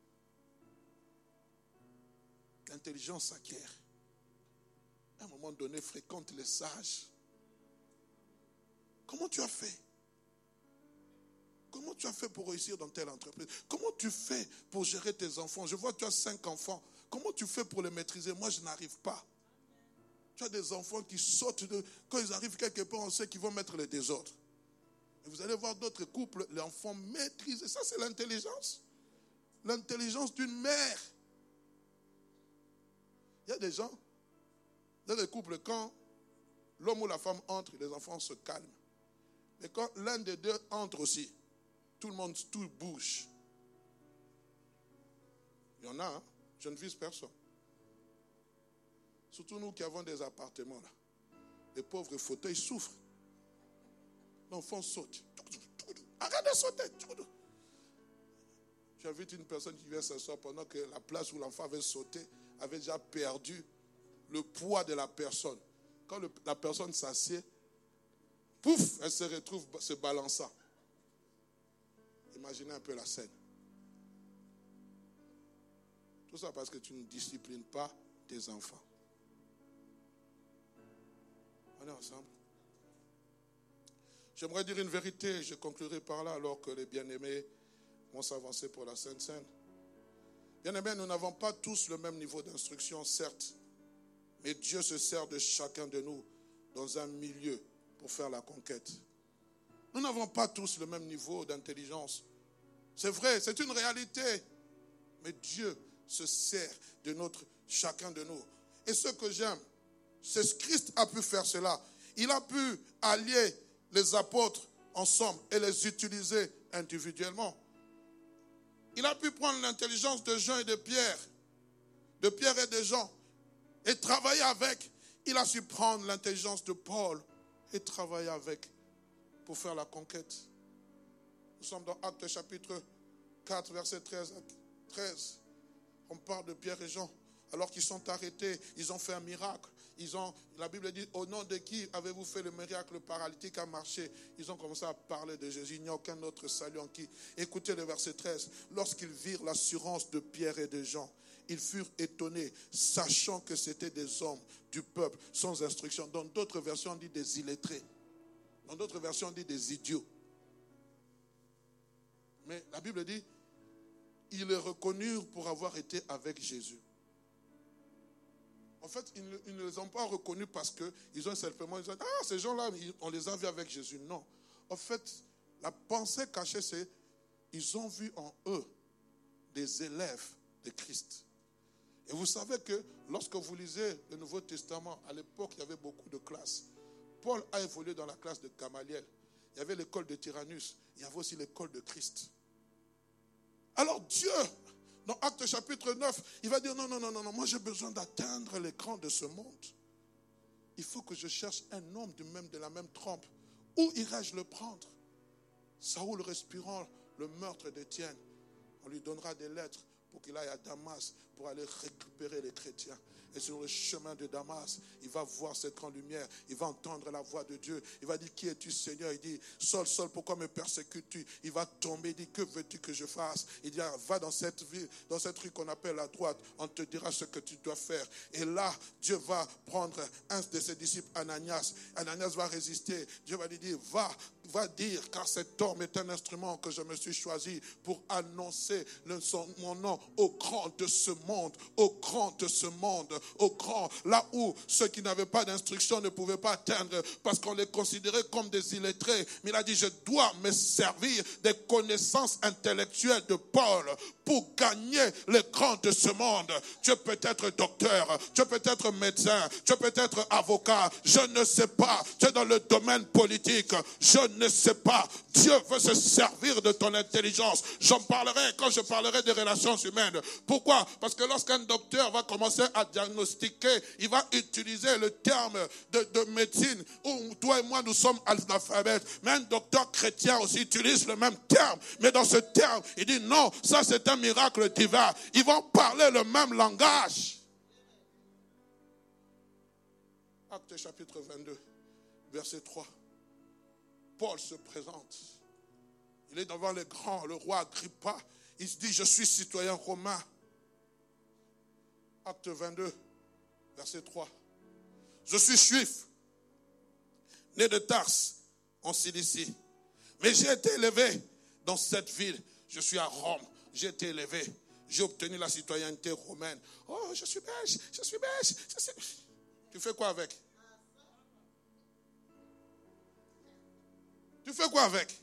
L'intelligence s'acquiert. À un moment donné, fréquente les sages. Comment tu as fait? Comment tu as fait pour réussir dans telle entreprise? Comment tu fais pour gérer tes enfants? Je vois que tu as cinq enfants. Comment tu fais pour les maîtriser? Moi, je n'arrive pas. Tu as des enfants qui sautent de... Quand ils arrivent quelque part, on sait qu'ils vont mettre le désordre. Et vous allez voir d'autres couples, les enfants maîtrisés. Ça, c'est l'intelligence. L'intelligence d'une mère. Il y a des gens, dans les couples, quand l'homme ou la femme entre, les enfants se calment. Mais quand l'un des deux entre aussi, tout le monde, tout bouge. Il y en a, hein? Je ne vise personne. Surtout nous qui avons des appartements là. Les pauvres fauteuils souffrent. L'enfant saute. Arrête de sauter. J'invite une personne qui vient s'asseoir pendant que la place où l'enfant avait sauté avait déjà perdu le poids de la personne. Quand le, la personne s'assied, pouf, elle se retrouve se balançant. Imaginez un peu la scène. Tout ça parce que tu ne disciplines pas tes enfants. On est ensemble. J'aimerais dire une vérité, je conclurai par là alors que les bien-aimés vont s'avancer pour la Sainte Seine. Bien-aimés, nous n'avons pas tous le même niveau d'instruction, certes, mais Dieu se sert de chacun de nous dans un milieu pour faire la conquête. Nous n'avons pas tous le même niveau d'intelligence. C'est vrai, c'est une réalité, mais Dieu se sert de notre chacun de nous. Et ce que j'aime, c'est que Christ a pu faire cela. Il a pu allier les apôtres ensemble et les utiliser individuellement. Il a pu prendre l'intelligence de Jean et de Pierre, de Pierre et de Jean, et travailler avec. Il a su prendre l'intelligence de Paul et travailler avec pour faire la conquête. Nous sommes dans Actes chapitre quatre, verset treize. On parle de Pierre et Jean. Alors qu'ils sont arrêtés, ils ont fait un miracle. Ils ont, la Bible dit, au nom de qui avez-vous fait le miracle? Le paralytique a marché. Ils ont commencé à parler de Jésus. Il n'y a aucun autre salut en qui. Écoutez le verset treize. Lorsqu'ils virent l'assurance de Pierre et de Jean, ils furent étonnés, sachant que c'était des hommes du peuple, sans instruction. Dans d'autres versions, on dit des illettrés. Dans d'autres versions, on dit des idiots. Mais la Bible dit, ils les reconnurent pour avoir été avec Jésus. En fait, ils ne, ils ne les ont pas reconnus parce qu'ils ont simplement dit, ah, ces gens-là, on les a vus avec Jésus. Non. En fait, la pensée cachée, c'est ils ont vu en eux des élèves de Christ. Et vous savez que lorsque vous lisez le Nouveau Testament, à l'époque, il y avait beaucoup de classes. Paul a évolué dans la classe de Gamaliel. Il y avait l'école de Tyrannus. Il y avait aussi l'école de Christ. Alors Dieu, dans Actes chapitre neuf, il va dire non, non, non, non, non, moi j'ai besoin d'atteindre les grands de ce monde. Il faut que je cherche un homme du même, de la même trempe. Où irais-je le prendre? Saoul respirant le meurtre d'Étienne. On lui donnera des lettres pour qu'il aille à Damas pour aller récupérer les chrétiens. Et sur le chemin de Damas, il va voir cette grande lumière. Il va entendre la voix de Dieu. Il va dire, qui es-tu Seigneur? Il dit, Saul, Saul, pourquoi me persécutes-tu? Il va tomber, il dit, que veux-tu que je fasse? Il dit, va dans cette ville, dans cette rue qu'on appelle la droite. On te dira ce que tu dois faire. Et là, Dieu va prendre un de ses disciples, Ananias. Ananias va résister. Dieu va lui dire, va, va dire, car cet homme est un instrument que je me suis choisi pour annoncer le, son, mon nom au grand de ce monde, au grand de ce monde, au grand, là où ceux qui n'avaient pas d'instruction ne pouvaient pas atteindre parce qu'on les considérait comme des illettrés. Mais il a dit, je dois me servir des connaissances intellectuelles de Paul pour gagner les grands de ce monde. Tu peux être docteur, tu peux être médecin, tu peux être avocat, je ne sais pas, tu es dans le domaine politique, je ne sais pas. Dieu veut se servir de ton intelligence. J'en parlerai quand je parlerai des relations humaines. Pourquoi? Parce que lorsqu'un docteur va commencer à diagnostiquer, il va utiliser le terme de, de médecine où toi et moi nous sommes analphabètes. Mais un docteur chrétien aussi utilise le même terme. Mais dans ce terme, il dit non, ça c'est un miracle divin. Ils vont parler le même langage. Acte chapitre vingt-deux, verset trois. Paul se présente. Il est devant les grands, le roi Agrippa. Il se dit, je suis citoyen romain. Acte vingt-deux, verset trois. Je suis juif, né de Tarse, en Cilicie. Mais j'ai été élevé dans cette ville. Je suis à Rome. J'ai été élevé. J'ai obtenu la citoyenneté romaine. Oh, je suis belge, je suis belge. Je suis... Tu fais quoi avec? Tu fais quoi avec?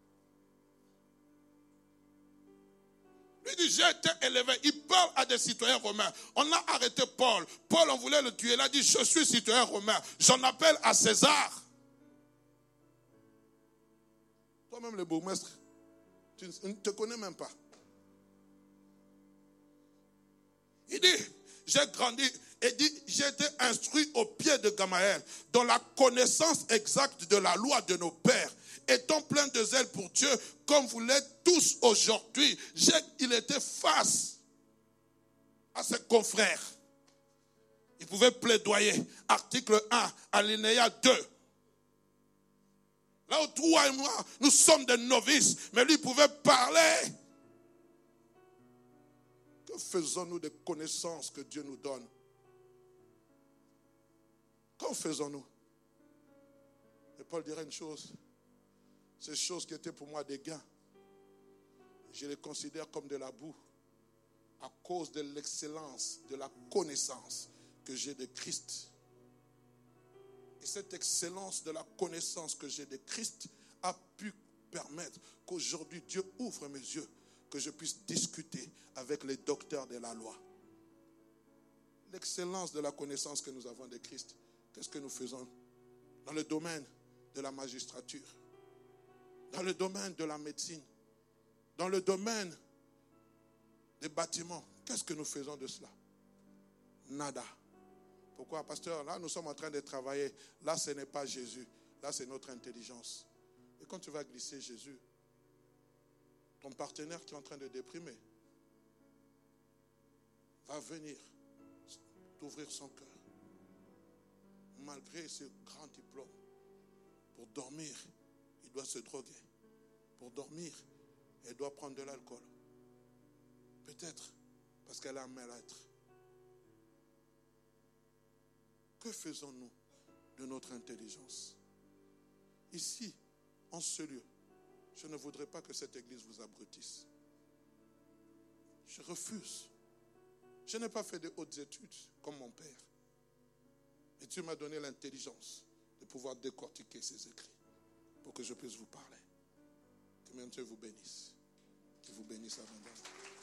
Lui dit, j'ai été élevé. Il parle à des citoyens romains. On a arrêté Paul. Paul, on voulait le tuer. Il a dit, je suis citoyen romain. J'en appelle à César. Toi-même, le bourgmestre, tu ne te connais même pas. Il dit, j'ai grandi. Et dit, j'ai été instruit au pied de Gamaliel, dans la connaissance exacte de la loi de nos pères. Étant plein de zèle pour Dieu, comme vous l'êtes tous aujourd'hui, j'ai, il était face à ses confrères. Il pouvait plaidoyer. Article un, alinéa deux. Là où toi et moi, nous sommes des novices, mais lui pouvait parler. Que faisons-nous des connaissances que Dieu nous donne? Que faisons-nous? Et Paul dirait une chose. Ces choses qui étaient pour moi des gains, je les considère comme de la boue à cause de l'excellence, de la connaissance que j'ai de Christ. Et cette excellence de la connaissance que j'ai de Christ a pu permettre qu'aujourd'hui Dieu ouvre mes yeux, que je puisse discuter avec les docteurs de la loi. L'excellence de la connaissance que nous avons de Christ, qu'est-ce que nous faisons dans le domaine de la magistrature, dans le domaine de la médecine, dans le domaine des bâtiments? Qu'est-ce que nous faisons de cela? Nada. Pourquoi, pasteur? Là, nous sommes en train de travailler. Là, ce n'est pas Jésus. Là, c'est notre intelligence. Et quand tu vas glisser Jésus, ton partenaire qui est en train de déprimer va venir t'ouvrir son cœur. Malgré ce grand diplôme, pour dormir, il doit se droguer. Pour dormir, il doit prendre de l'alcool. Peut-être parce qu'elle a un mal-être. Que faisons-nous de notre intelligence? Ici, en ce lieu, je ne voudrais pas que cette église vous abrutisse. Je refuse. Je n'ai pas fait de hautes études comme mon père. Et Dieu m'a donné l'intelligence de pouvoir décortiquer ces écrits pour que je puisse vous parler. Que mon Dieu vous bénisse. Qu'il vous bénisse abondamment.